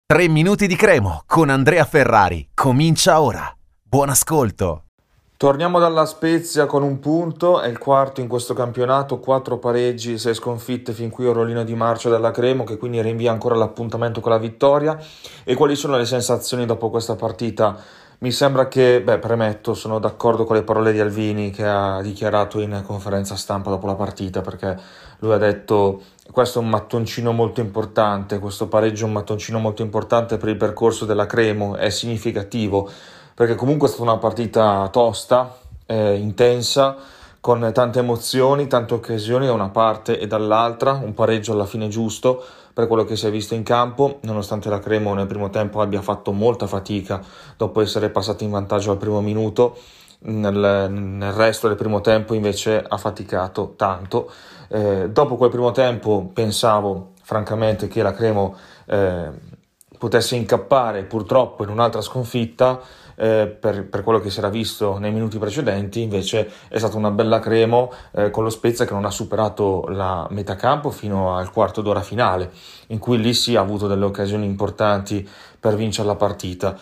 3 minuti di Cremo con Andrea Ferrari. Comincia ora. Buon ascolto. Torniamo dalla Spezia con un punto, è il quarto in questo campionato, 4 pareggi, 6 sconfitte, fin qui orolino di marcia della Cremo che quindi rinvia ancora l'appuntamento con la vittoria. E quali sono le sensazioni dopo questa partita? Mi sembra che, premetto, sono d'accordo con le parole di Alvini che ha dichiarato in conferenza stampa dopo la partita, perché lui ha detto questo è un mattoncino molto importante, questo pareggio è un mattoncino molto importante per il percorso della Cremo, è significativo, perché comunque è stata una partita tosta, intensa, con tante emozioni, tante occasioni da una parte e dall'altra, un pareggio alla fine giusto per quello che si è visto in campo, nonostante la Cremo nel primo tempo abbia fatto molta fatica dopo essere passata in vantaggio al primo minuto. Nel resto del primo tempo invece ha faticato tanto. Dopo quel primo tempo pensavo francamente che la Cremo potesse incappare purtroppo in un'altra sconfitta per quello che si era visto nei minuti precedenti. Invece è stata una bella Cremo con lo Spezia che non ha superato la metà campo fino al quarto d'ora finale, in cui lì sì ha avuto delle occasioni importanti per vincere la partita.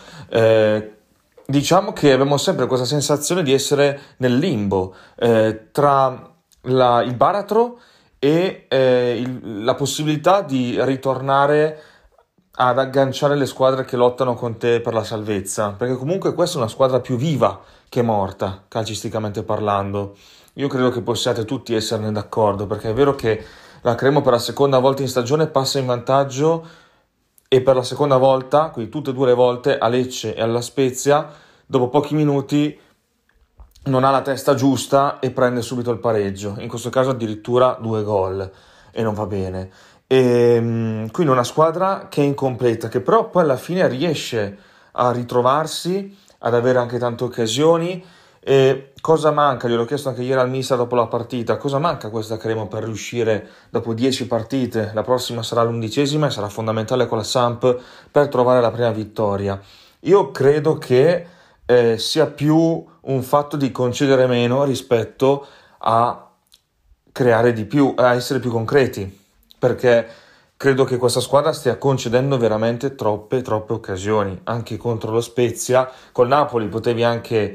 Diciamo che abbiamo sempre questa sensazione di essere nel limbo tra il baratro e la possibilità di ritornare ad agganciare le squadre che lottano con te per la salvezza, perché comunque questa è una squadra più viva che morta, calcisticamente parlando. Io credo che possiate tutti esserne d'accordo, perché è vero che la Cremo per la seconda volta in stagione passa in vantaggio e per la seconda volta, quindi tutte e due le volte, a Lecce e alla Spezia, dopo pochi minuti non ha la testa giusta e prende subito il pareggio, in questo caso addirittura 2 gol e non va bene. E quindi una squadra che è incompleta, che però poi alla fine riesce a ritrovarsi, ad avere anche tante occasioni. E cosa manca? Gliel'ho chiesto anche ieri al mister dopo la partita, cosa manca a questa Cremo per riuscire dopo 10 partite, la prossima sarà l'11ª e sarà fondamentale con la Samp per trovare la prima vittoria. Io credo che sia più un fatto di concedere meno rispetto a creare di più, a essere più concreti, perché credo che questa squadra stia concedendo veramente troppe occasioni, anche contro lo Spezia. Col Napoli potevi anche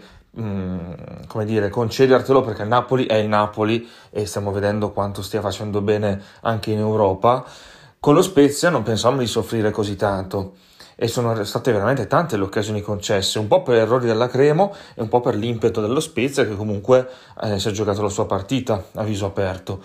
concedertelo, perché il Napoli è il Napoli e stiamo vedendo quanto stia facendo bene anche in Europa. Con lo Spezia non pensavamo di soffrire così tanto e sono state veramente tante le occasioni concesse, un po' per errori della Cremo e un po' per l'impeto dello Spezia, che comunque si è giocato la sua partita a viso aperto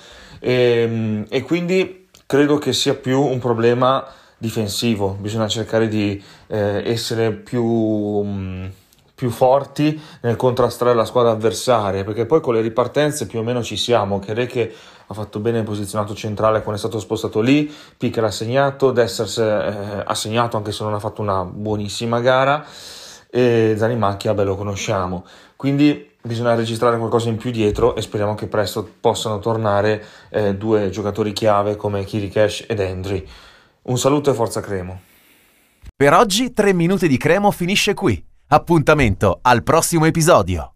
e quindi credo che sia più un problema difensivo. Bisogna cercare di essere più forti nel contrastare la squadra avversaria, perché poi con le ripartenze più o meno ci siamo. Che ha fatto bene il posizionato centrale quando è stato spostato lì, Picker ha segnato, Dessers ha segnato anche se non ha fatto una buonissima gara, e Zanimacchia lo conosciamo, quindi bisogna registrare qualcosa in più dietro e speriamo che presto possano tornare 2 giocatori chiave come Chirichesh ed Endry. Un saluto e forza Cremo. Per oggi 3 minuti di Cremo finisce qui. Appuntamento al prossimo episodio.